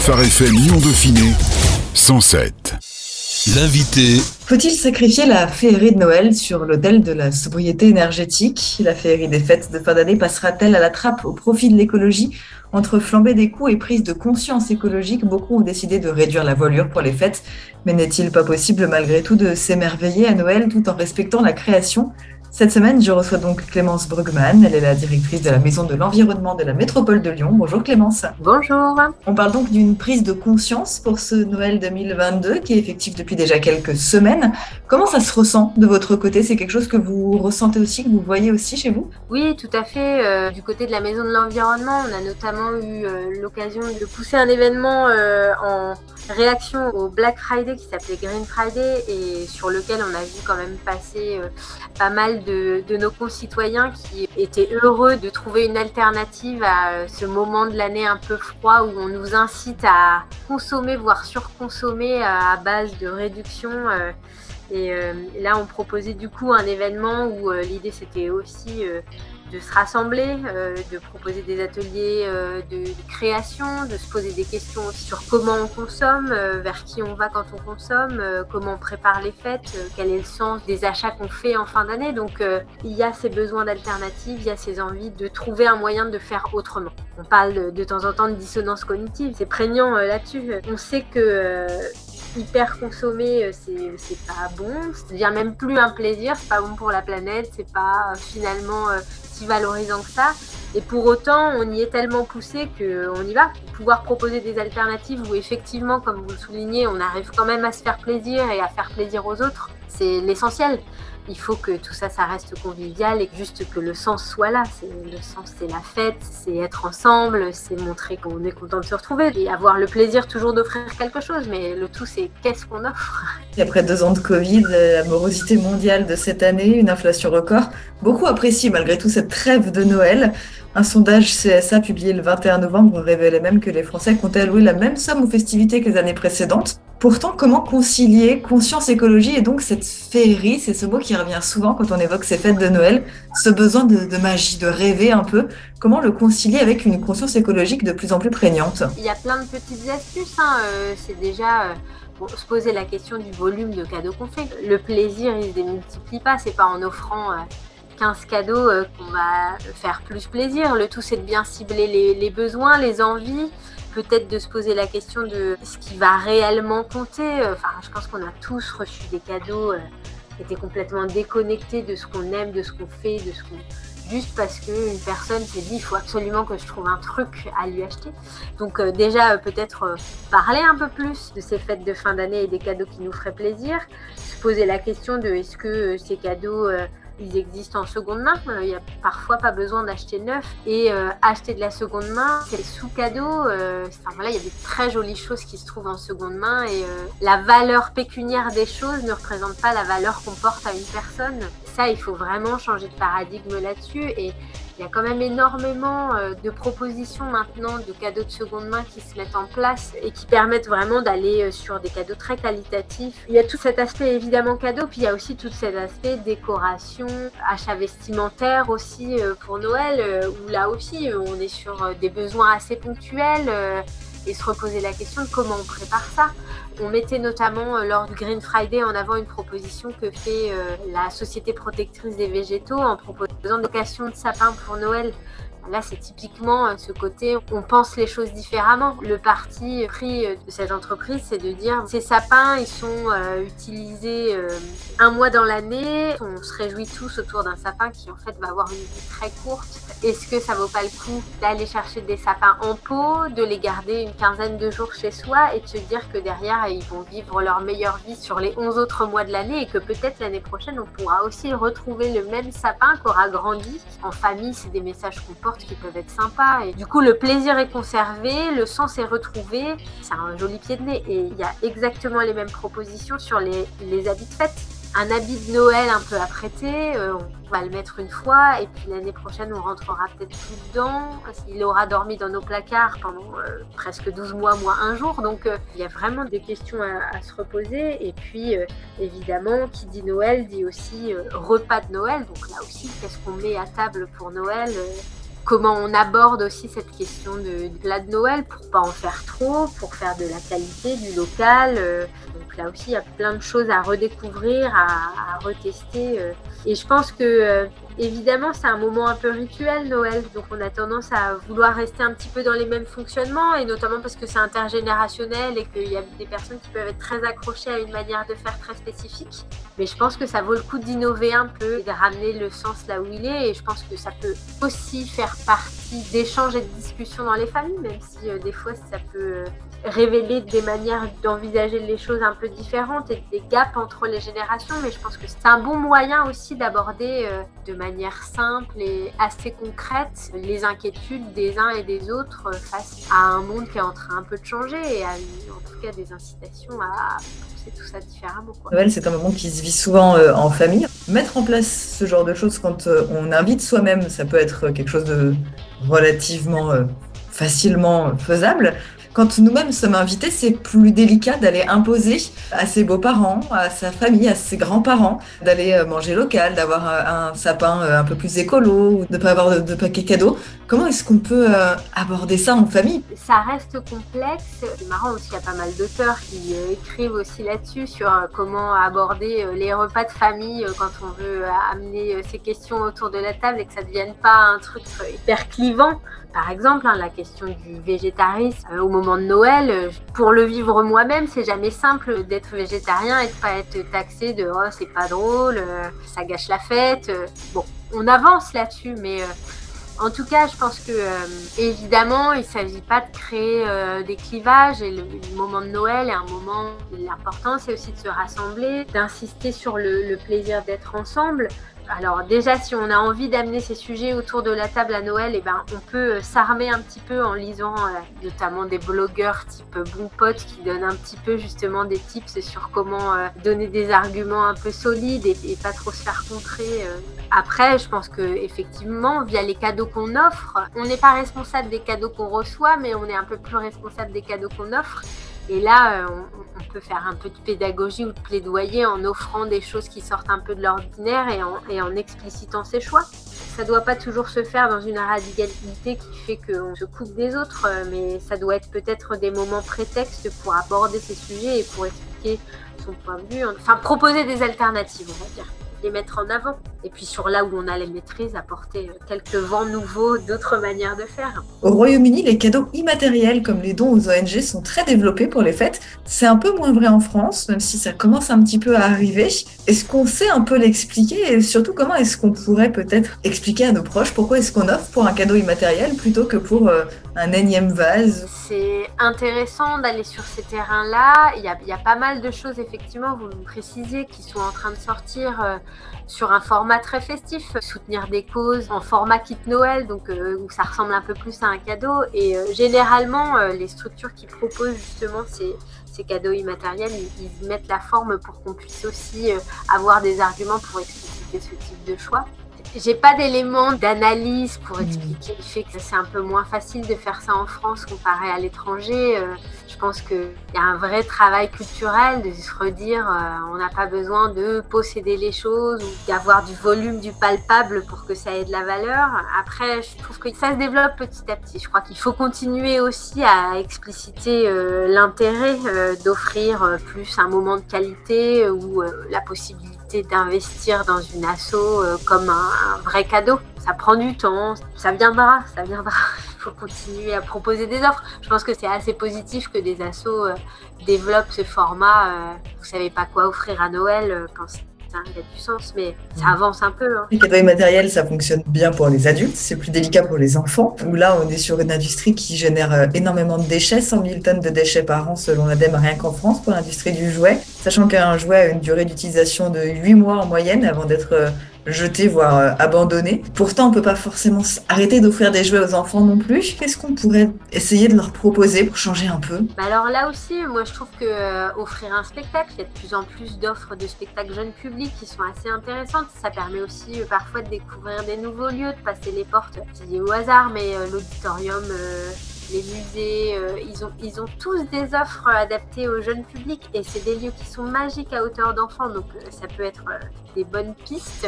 Phare FM Lyon-Dauphiné 107. L'invité. Faut-il sacrifier la féerie de Noël sur l'autel de la sobriété énergétique ? La féerie des fêtes de fin d'année passera-t-elle à la trappe au profit de l'écologie ? Entre flambée des coûts et prise de conscience écologique, beaucoup ont décidé de réduire la voilure pour les fêtes. Mais n'est-il pas possible malgré tout de s'émerveiller à Noël tout en respectant la création ? Cette semaine, je reçois donc Clémence Brugman. Elle est la directrice de la Maison de l'Environnement de la Métropole de Lyon. Bonjour Clémence. Bonjour. On parle donc d'une prise de conscience pour ce Noël 2022 qui est effectif depuis déjà quelques semaines. Comment ça se ressent de votre côté ? C'est quelque chose que vous ressentez aussi, que vous voyez aussi chez vous ? Oui, tout à fait. Du côté de la Maison de l'Environnement, on a notamment eu l'occasion de pousser un événement en réaction au Black Friday qui s'appelait Green Friday et sur lequel on a vu quand même passer pas mal de nos concitoyens qui étaient heureux de trouver une alternative à ce moment de l'année un peu froid où on nous incite à consommer, voire surconsommer à base de réduction. Et là, on proposait du coup un événement où l'idée c'était aussi de se rassembler, de proposer des ateliers de création, de se poser des questions sur comment on consomme, vers qui on va quand on consomme, comment on prépare les fêtes, quel est le sens des achats qu'on fait en fin d'année. Donc il y a ces besoins d'alternatives, il y a ces envies de trouver un moyen de faire autrement. On parle de temps en temps de dissonance cognitive, c'est prégnant là-dessus. On sait que hyper consommer, c'est pas bon, c'est-à-dire même plus un plaisir, c'est pas bon pour la planète, c'est pas finalement si valorisant que ça. Et pour autant, on y est tellement poussé qu'on y va. Pouvoir proposer des alternatives où effectivement, comme vous le soulignez, on arrive quand même à se faire plaisir et à faire plaisir aux autres, c'est l'essentiel. Il faut que tout ça, ça reste convivial et juste que le sens soit là. Le sens, c'est la fête, c'est être ensemble, c'est montrer qu'on est content de se retrouver et avoir le plaisir toujours d'offrir quelque chose. Mais le tout, c'est qu'est-ce qu'on offre. Et après 2 ans de Covid, la morosité mondiale de cette année, une inflation record, beaucoup apprécient malgré tout cette trêve de Noël. Un sondage CSA publié le 21 novembre révélait même que les Français comptaient allouer la même somme aux festivités que les années précédentes. Pourtant, comment concilier conscience écologie et donc cette féerie, c'est ce mot qui revient souvent quand on évoque ces fêtes de Noël, ce besoin de magie, de rêver un peu, comment le concilier avec une conscience écologique de plus en plus prégnante ? Il y a plein de petites astuces, c'est déjà se poser la question du volume de cadeaux qu'on fait. Le plaisir, il ne se démultiplie pas, c'est pas en offrant 15 cadeaux qu'on va faire plus plaisir. Le tout, c'est de bien cibler les besoins, les envies, peut-être de se poser la question de ce qui va réellement compter. Je pense qu'on a tous reçu des cadeaux qui étaient complètement déconnectés de ce qu'on aime, de ce qu'on fait, juste parce qu'une personne s'est dit il faut absolument que je trouve un truc à lui acheter. Donc déjà peut-être parler un peu plus de ces fêtes de fin d'année et des cadeaux qui nous feraient plaisir, se poser la question de est-ce que ces cadeaux ils existent en seconde main, il n'y a parfois pas besoin d'acheter neuf et acheter de la seconde main, c'est sous cadeau, il y a des très jolies choses qui se trouvent en seconde main et la valeur pécuniaire des choses ne représente pas la valeur qu'on porte à une personne. Ça, il faut vraiment changer de paradigme là-dessus et il y a quand même énormément de propositions maintenant de cadeaux de seconde main qui se mettent en place et qui permettent vraiment d'aller sur des cadeaux très qualitatifs. Il y a tout cet aspect évidemment cadeau, puis il y a aussi tout cet aspect décoration, achat vestimentaire aussi pour Noël, où là aussi on est sur des besoins assez ponctuels et se reposer la question de comment on prépare ça. On mettait notamment lors du Green Friday en avant une proposition que fait la Société protectrice des végétaux en proposant une location de sapins pour Noël. Là, c'est typiquement ce côté, on pense les choses différemment. Le parti pris de cette entreprise, c'est de dire ces sapins, ils sont utilisés un mois dans l'année. On se réjouit tous autour d'un sapin qui en fait va avoir une vie très courte. Est-ce que ça vaut pas le coup d'aller chercher des sapins en pot, de les garder une quinzaine de jours chez soi et de se dire que derrière, ils vont vivre leur meilleure vie sur les 11 autres mois de l'année et que peut-être l'année prochaine, on pourra aussi retrouver le même sapin qui aura grandi. En famille, c'est des messages qu'on porte qui peuvent être sympas et du coup le plaisir est conservé, le sens est retrouvé, c'est un joli pied de nez et il y a exactement les mêmes propositions sur les habits de fête. Un habit de Noël un peu apprêté, on va le mettre une fois et puis l'année prochaine on rentrera peut-être plus dedans, il aura dormi dans nos placards pendant presque 12 mois, moins un jour, donc il y a vraiment des questions à se reposer et puis évidemment qui dit Noël dit aussi repas de Noël, donc là aussi qu'est-ce qu'on met à table pour Noël comment on aborde aussi cette question de plat de Noël pour pas en faire trop, pour faire de la qualité, du local. Donc là aussi, il y a plein de choses à redécouvrir, à retester. Et je pense que évidemment, c'est un moment un peu rituel, Noël. Donc on a tendance à vouloir rester un petit peu dans les mêmes fonctionnements, et notamment parce que c'est intergénérationnel et qu'il y a des personnes qui peuvent être très accrochées à une manière de faire très spécifique. Mais je pense que ça vaut le coup d'innover un peu et de ramener le sens là où il est. Et je pense que ça peut aussi faire partie d'échanges et de discussions dans les familles, même si des fois ça peut révéler des manières d'envisager les choses un peu différentes et des gaps entre les générations. Mais je pense que c'est un bon moyen aussi d'aborder de manière simple et assez concrète les inquiétudes des uns et des autres face à un monde qui est en train un peu de changer et en tout cas des incitations à penser tout ça différemment, quoi. Noël, c'est un moment qui se vit souvent en famille. Mettre en place ce genre de choses quand on invite soi-même, ça peut être quelque chose de relativement facilement faisable. Quand nous-mêmes sommes invités, c'est plus délicat d'aller imposer à ses beaux-parents, à sa famille, à ses grands-parents, d'aller manger local, d'avoir un sapin un peu plus écolo, ou de ne pas avoir de paquets cadeaux. Comment est-ce qu'on peut aborder ça en famille? Ça reste complexe. C'est marrant aussi, il y a pas mal d'auteurs qui écrivent aussi là-dessus, sur comment aborder les repas de famille quand on veut amener ces questions autour de la table et que ça ne devienne pas un truc hyper clivant. Par exemple, la question du végétarisme au moment de Noël, pour le vivre moi-même, c'est jamais simple d'être végétarien et de pas être taxé de « oh, c'est pas drôle, ça gâche la fête ». Bon, on avance là-dessus, mais en tout cas, je pense que évidemment, il ne s'agit pas de créer des clivages, et le moment de Noël est un moment où l'important, c'est aussi de se rassembler, d'insister sur le plaisir d'être ensemble. Alors déjà, si on a envie d'amener ces sujets autour de la table à Noël, on peut s'armer un petit peu en lisant notamment des blogueurs type Bon Pote qui donnent un petit peu justement des tips sur comment donner des arguments un peu solides et pas trop se faire contrer. Après, je pense que effectivement, via les cadeaux qu'on offre, on n'est pas responsable des cadeaux qu'on reçoit, mais on est un peu plus responsable des cadeaux qu'on offre. Et là, on peut faire un peu de pédagogie ou de plaidoyer en offrant des choses qui sortent un peu de l'ordinaire et en explicitant ses choix. Ça ne doit pas toujours se faire dans une radicalité qui fait qu'on se coupe des autres, mais ça doit être peut-être des moments prétextes pour aborder ces sujets et pour expliquer son point de vue. Enfin, proposer des alternatives, on va dire. Les mettre en avant. Et puis sur là où on a les maîtrises, apporter quelques vents nouveaux, d'autres manières de faire. Au Royaume-Uni, les cadeaux immatériels comme les dons aux ONG sont très développés pour les fêtes. C'est un peu moins vrai en France, même si ça commence un petit peu à arriver. Est-ce qu'on sait un peu l'expliquer et surtout comment est-ce qu'on pourrait peut-être expliquer à nos proches pourquoi est-ce qu'on offre pour un cadeau immatériel plutôt que pour un énième vase? C'est intéressant d'aller sur ces terrains-là. Il y a pas mal de choses, effectivement, vous le précisiez, qui sont en train de sortir sur un format très festif. Soutenir des causes en format kit Noël, donc où ça ressemble un peu plus à un cadeau. Et généralement, les structures qui proposent justement ces cadeaux immatériels, ils mettent la forme pour qu'on puisse aussi avoir des arguments pour expliciter ce type de choix. J'ai pas d'éléments d'analyse pour expliquer le fait que c'est un peu moins facile de faire ça en France comparé à l'étranger. Je pense qu'il y a un vrai travail culturel de se redire on n'a pas besoin de posséder les choses ou d'avoir du volume, du palpable pour que ça ait de la valeur. Après, je trouve que ça se développe petit à petit. Je crois qu'il faut continuer aussi à expliciter l'intérêt d'offrir plus un moment de qualité ou la possibilité d'investir dans une asso comme un vrai cadeau. Ça prend du temps, ça viendra. Il faut continuer à proposer des offres. Je pense que c'est assez positif que des assos développent ce format. Vous savez pas quoi offrir à Noël quand il y a du sens, mais ça avance un peu. Les cadeaux immatériels, ça fonctionne bien pour les adultes, c'est plus délicat pour les enfants, où là, on est sur une industrie qui génère énormément de déchets, 100 000 tonnes de déchets par an selon l'ADEME, rien qu'en France, pour l'industrie du jouet, sachant qu'un jouet a une durée d'utilisation de 8 mois en moyenne avant d'être jeté, voire abandonné. Pourtant, on peut pas forcément arrêter d'offrir des jouets aux enfants non plus. Qu'est-ce qu'on pourrait essayer de leur proposer pour changer un peu? Alors là aussi, moi je trouve que offrir un spectacle, il y a de plus en plus d'offres de spectacles jeunes publics qui sont assez intéressantes. Ça permet aussi parfois de découvrir des nouveaux lieux, de passer les portes, je dis au hasard, mais l'auditorium, les musées, ils ont tous des offres adaptées aux jeunes publics et c'est des lieux qui sont magiques à hauteur d'enfants, donc ça peut être des bonnes pistes.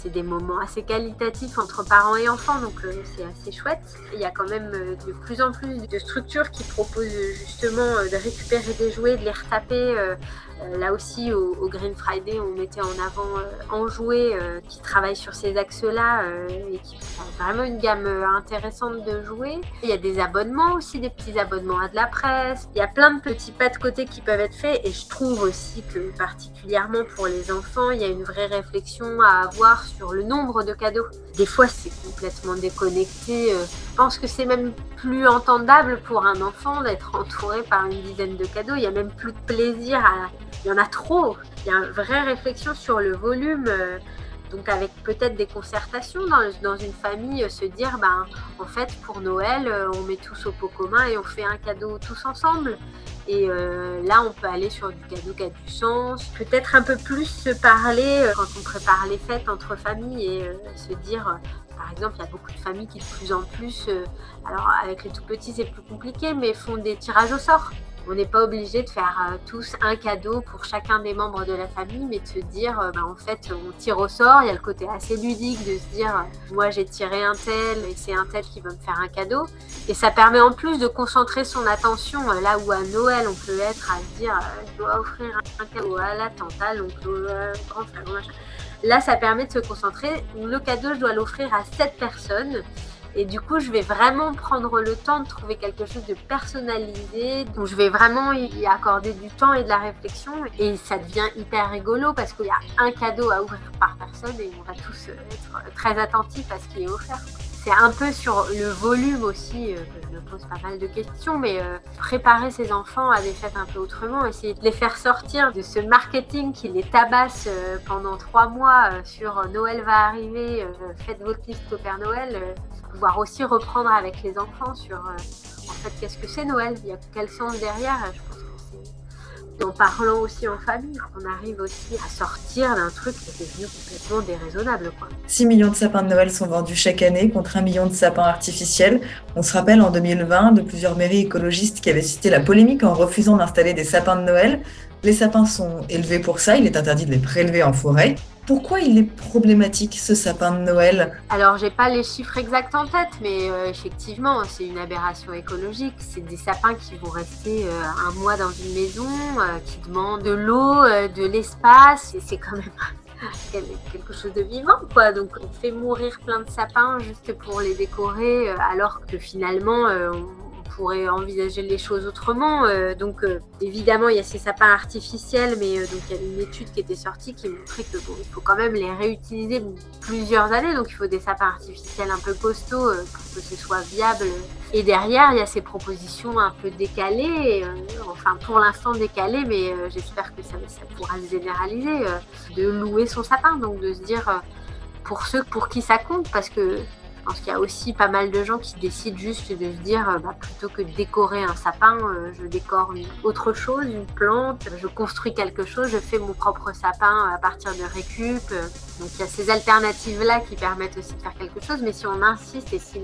c'est des moments assez qualitatifs entre parents et enfants, donc c'est assez chouette. Il y a quand même de plus en plus de structures qui proposent justement de récupérer des jouets, de les retaper. Là aussi, au Green Friday, on mettait en avant Enjoué qui travaille sur ces axes-là et qui a vraiment une gamme intéressante de jouets. Il y a des abonnements aussi, des petits abonnements à de la presse. Il y a plein de petits pas de côté qui peuvent être faits et je trouve aussi que particulièrement pour les enfants, il y a une vraie réflexion à avoir sur le nombre de cadeaux. Des fois, c'est complètement déconnecté. Je pense que c'est même plus entendable pour un enfant d'être entouré par une dizaine de cadeaux. Il n'y a même plus de plaisir à... Il y en a trop. Il y a une vraie réflexion sur le volume. Donc avec peut-être des concertations dans une famille, se dire, en fait, pour Noël, on met tous au pot commun et on fait un cadeau tous ensemble. Et là, on peut aller sur du cadeau qui a du sens. Peut-être un peu plus se parler quand on prépare les fêtes entre familles et se dire... Par exemple, il y a beaucoup de familles qui, de plus en plus, alors avec les tout petits, c'est plus compliqué, mais font des tirages au sort. On n'est pas obligé de faire tous un cadeau pour chacun des membres de la famille, mais de se dire, en fait, on tire au sort. Il y a le côté assez ludique de se dire, moi j'ai tiré un tel et c'est un tel qui va me faire un cadeau. Et ça permet en plus de concentrer son attention là où à Noël, on peut être à se dire, je dois offrir un cadeau à la tante, à l'oncle, au grand frère, au machin. Là, ça permet de se concentrer. Le cadeau, je dois l'offrir à 7 personnes. Et du coup, je vais vraiment prendre le temps de trouver quelque chose de personnalisé. Donc, je vais vraiment y accorder du temps et de la réflexion. Et ça devient hyper rigolo parce qu'il y a un cadeau à ouvrir par personne et on va tous être très attentifs à ce qui est offert. C'est un peu sur le volume aussi que je me pose pas mal de questions, mais préparer ses enfants à des fêtes un peu autrement, essayer de les faire sortir de ce marketing qui les tabasse pendant 3 mois sur Noël va arriver, faites votre liste au Père Noël, pouvoir aussi reprendre avec les enfants sur en fait qu'est-ce que c'est Noël, il y a quel sens derrière, je pense que c'est en parlant aussi en famille qu'on arrive aussi à sortir d'un truc qui est devenu complètement déraisonnable, quoi. 6 millions de sapins de Noël sont vendus chaque année contre 1 million de sapins artificiels. On se rappelle en 2020 de plusieurs mairies écologistes qui avaient cité la polémique en refusant d'installer des sapins de Noël. Les sapins sont élevés pour ça, il est interdit de les prélever en forêt. Pourquoi il est problématique ce sapin de Noël ? Alors, j'ai pas les chiffres exacts en tête, mais effectivement, c'est une aberration écologique. C'est des sapins qui vont rester un mois dans une maison, qui demandent de l'eau, de l'espace, et c'est quand même quelque chose de vivant, quoi. Donc, on fait mourir plein de sapins juste pour les décorer, alors que finalement, on pourrait envisager les choses autrement. Donc, évidemment, il y a ces sapins artificiels, mais donc il y a une étude qui était sortie qui montrait que il faut quand même les réutiliser plusieurs années. Donc, il faut des sapins artificiels un peu costauds pour que ce soit viable. Et derrière, il y a ces propositions un peu décalées, enfin pour l'instant décalées, mais j'espère que ça pourra se généraliser, de louer son sapin. Donc, de se dire, pour ceux pour qui ça compte, parce que je pense qu'il y a aussi pas mal de gens qui décident juste de se dire, plutôt que de décorer un sapin, je décore autre chose, une plante, je construis quelque chose, je fais mon propre sapin à partir de récup. Donc il y a ces alternatives-là qui permettent aussi de faire quelque chose, mais si on insiste et si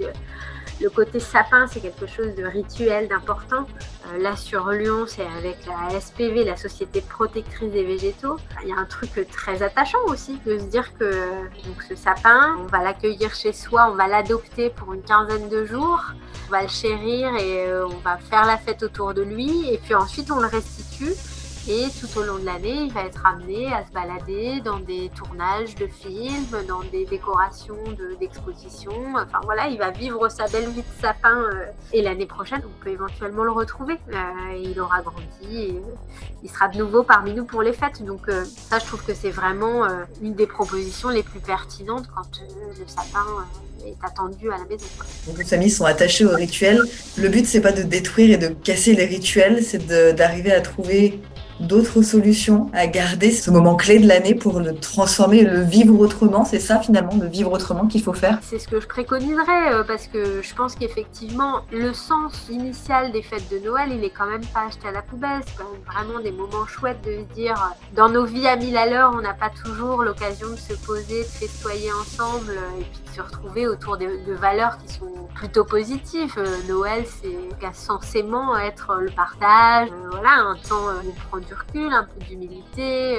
le côté sapin, c'est quelque chose de rituel, d'important. Là, sur Lyon, c'est avec la SPV, la Société Protectrice des Végétaux. Il y a un truc très attachant aussi, de se dire que donc, ce sapin, on va l'accueillir chez soi, on va l'adopter pour une quinzaine de jours, on va le chérir et on va faire la fête autour de lui. Et puis ensuite, on le restitue. Et tout au long de l'année, il va être amené à se balader dans des tournages de films, dans des décorations d'expositions. Enfin voilà, il va vivre sa belle vie de sapin. Et l'année prochaine, on peut éventuellement le retrouver. Il aura grandi et il sera de nouveau parmi nous pour les fêtes. Donc ça, je trouve que c'est vraiment une des propositions les plus pertinentes quand le sapin est attendu à la maison. Beaucoup de familles sont attachées aux rituels. Le but, c'est pas de détruire et de casser les rituels, c'est d'arriver à trouver d'autres solutions, à garder ce moment clé de l'année pour le transformer et le vivre autrement. C'est ça finalement, le vivre autrement qu'il faut faire. C'est ce que je préconiserais parce que je pense qu'effectivement le sens initial des fêtes de Noël, il est quand même pas acheté à la poubelle. C'est quand même vraiment des moments chouettes de se dire dans nos vies à 1000 à l'heure, on n'a pas toujours l'occasion de se poser, de festoyer ensemble et puis de se retrouver autour de valeurs qui sont plutôt positives. Noël, c'est censément être le partage, voilà, un temps où on prend du recul, un peu d'humilité,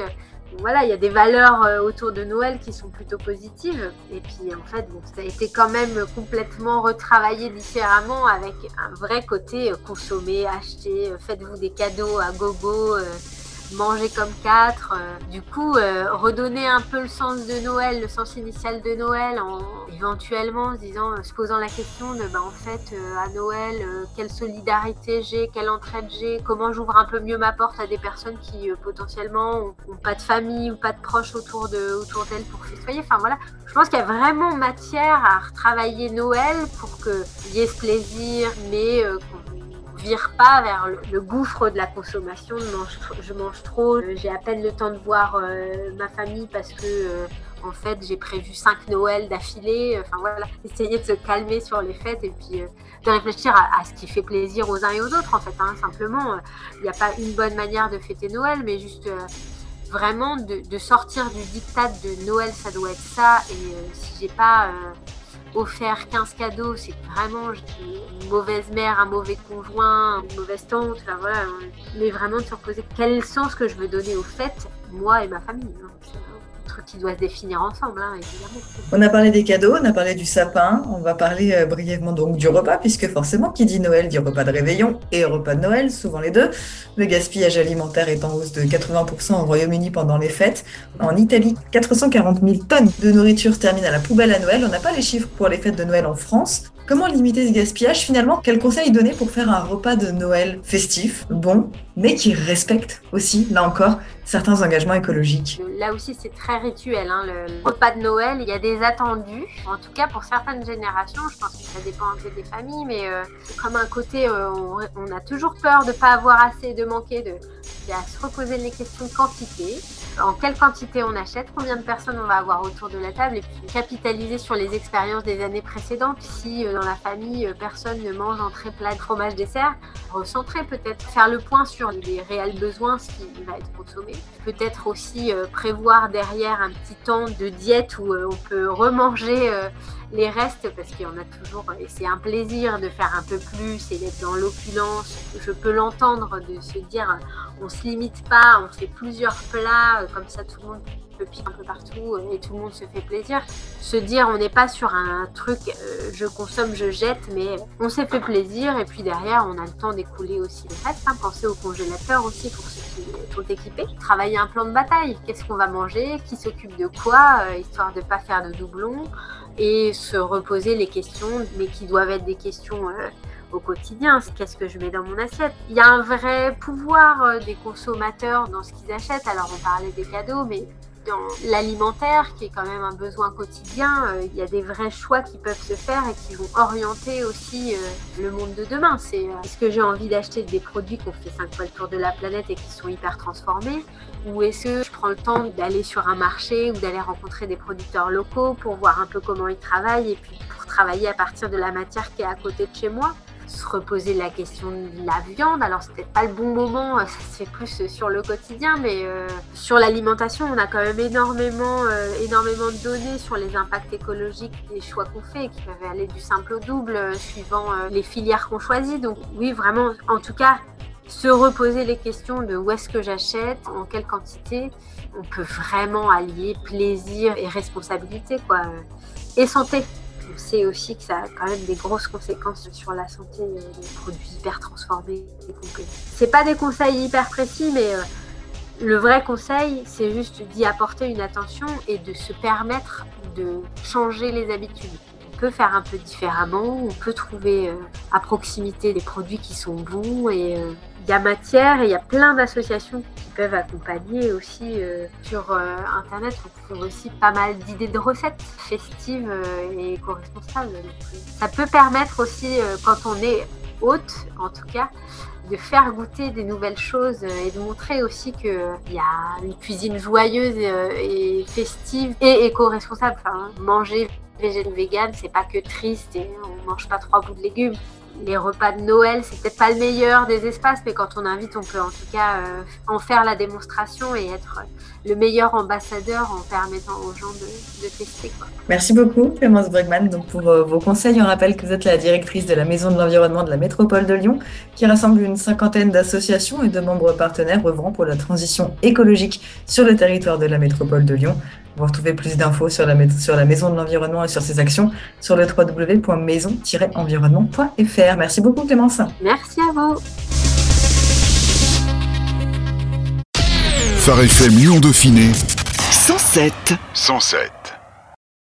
Voilà, il y a des valeurs autour de Noël qui sont plutôt positives. Et puis en fait, ça a été quand même complètement retravaillé différemment avec un vrai côté consommer, acheter, faites-vous des cadeaux à gogo, manger comme quatre. Du coup, redonner un peu le sens de Noël, le sens initial de Noël, en éventuellement se posant la question de en fait à Noël, quelle solidarité j'ai, quelle entraide j'ai, comment j'ouvre un peu mieux ma porte à des personnes qui potentiellement ont pas de famille ou pas de proches autour d'elles pour festoyer. Enfin voilà, je pense qu'il y a vraiment matière à retravailler Noël pour qu'il y ait ce plaisir, mais qu'on vire pas vers le gouffre de la consommation. Je mange trop, j'ai à peine le temps de voir ma famille parce que en fait j'ai prévu 5 Noëls d'affilée. Enfin voilà, essayer de se calmer sur les fêtes et puis de réfléchir à ce qui fait plaisir aux uns et aux autres en fait. Simplement, il n'y a pas une bonne manière de fêter Noël, mais juste vraiment de sortir du diktat de Noël, ça doit être ça. Et si j'ai pas offert 15 cadeaux, c'est que vraiment j'étais une mauvaise mère, un mauvais conjoint, une mauvaise tante, enfin voilà. Mais vraiment de se reposer quel est le sens que je veux donner aux fêtes, moi et ma famille. C'est un truc qui doit se définir ensemble, évidemment. On a parlé des cadeaux, on a parlé du sapin, on va parler brièvement donc du repas, puisque forcément, qui dit Noël dit repas de réveillon et repas de Noël, souvent les deux. Le gaspillage alimentaire est en hausse de 80% au Royaume-Uni pendant les fêtes. En Italie, 440 000 tonnes de nourriture se terminent à la poubelle à Noël. On n'a pas les chiffres pour les fêtes de Noël en France. Comment limiter ce gaspillage finalement? Quels conseils donner pour faire un repas de Noël festif, bon, mais qui respecte aussi, là encore, certains engagements écologiques? Là aussi, c'est très rituel. Le repas de Noël, il y a des attendus. En tout cas, pour certaines générations, je pense que ça dépend un peu des familles, mais c'est comme un côté, on a toujours peur de ne pas avoir assez, de manquer. Il y a à se reposer les questions de quantité. En quelle quantité on achète, combien de personnes on va avoir autour de la table et puis capitaliser sur les expériences des années précédentes. Si dans la famille, personne ne mange entrée, plat, fromage, dessert, recentrer peut-être, faire le point sur les réels besoins, ce qui va être consommé. Peut-être aussi prévoir derrière un petit temps de diète où on peut remanger les restes parce qu'il y en a toujours et c'est un plaisir de faire un peu plus et d'être dans l'opulence. Je peux l'entendre de se dire on se limite pas, on fait plusieurs plats comme ça tout le monde peut piquer un peu partout et tout le monde se fait plaisir. Se dire on n'est pas sur un truc je consomme, je jette, mais on s'est fait plaisir et puis derrière on a le temps d'écouler aussi le reste. Penser au congélateur aussi pour ceux qui sont équipés. Travailler un plan de bataille, qu'est-ce qu'on va manger, qui s'occupe de quoi, histoire de ne pas faire de doublons. Et se reposer les questions, mais qui doivent être des questions au quotidien. Qu'est-ce que je mets dans mon assiette? Il y a un vrai pouvoir des consommateurs dans ce qu'ils achètent. Alors, on parlait des cadeaux, mais dans l'alimentaire, qui est quand même un besoin quotidien, il y a des vrais choix qui peuvent se faire et qui vont orienter aussi le monde de demain. Est-ce que j'ai envie d'acheter des produits qui ont fait 5 fois le tour de la planète et qui sont hyper transformés? Ou est-ce que je prends le temps d'aller sur un marché ou d'aller rencontrer des producteurs locaux pour voir un peu comment ils travaillent et puis pour travailler à partir de la matière qui est à côté de chez moi? Se reposer la question de la viande. Alors c'est peut-être pas le bon moment, ça se fait plus sur le quotidien, mais sur l'alimentation, on a quand même énormément de données sur les impacts écologiques des choix qu'on fait, qui peuvent aller du simple au double suivant les filières qu'on choisit. Donc oui, vraiment, en tout cas, se reposer les questions de où est-ce que j'achète, en quelle quantité. On peut vraiment allier plaisir et responsabilité, et santé. On sait aussi que ça a quand même des grosses conséquences sur la santé des produits hyper transformés et complets. C'est pas des conseils hyper précis, mais le vrai conseil, c'est juste d'y apporter une attention et de se permettre de changer les habitudes. On peut faire un peu différemment, on peut trouver à proximité des produits qui sont bons et il y a matière et il y a plein d'associations qui peuvent accompagner aussi. Sur Internet, on trouve aussi pas mal d'idées de recettes festives et éco-responsables. Ça peut permettre aussi, quand on est hôte, en tout cas, de faire goûter des nouvelles choses et de montrer aussi qu'il y a une cuisine joyeuse et festive et éco-responsable. Manger végétal ou vegan, c'est pas que triste et on mange pas 3 bouts de légumes. les repas de Noël, c'est peut-être pas le meilleur des espaces, mais quand on invite, on peut en tout cas en faire la démonstration et être le meilleur ambassadeur en permettant aux gens de tester, quoi. Merci beaucoup, Clémence Bregman, donc pour vos conseils. On rappelle que vous êtes la directrice de la Maison de l'Environnement de la Métropole de Lyon, qui rassemble une 50aine d'associations et de membres partenaires œuvrant pour la transition écologique sur le territoire de la Métropole de Lyon. Vous retrouvez plus d'infos sur la Maison de l'Environnement et sur ses actions sur le www.maison-environnement.fr. Merci beaucoup, Clémence. Merci à vous. Phare FM Lyon Dauphiné 107.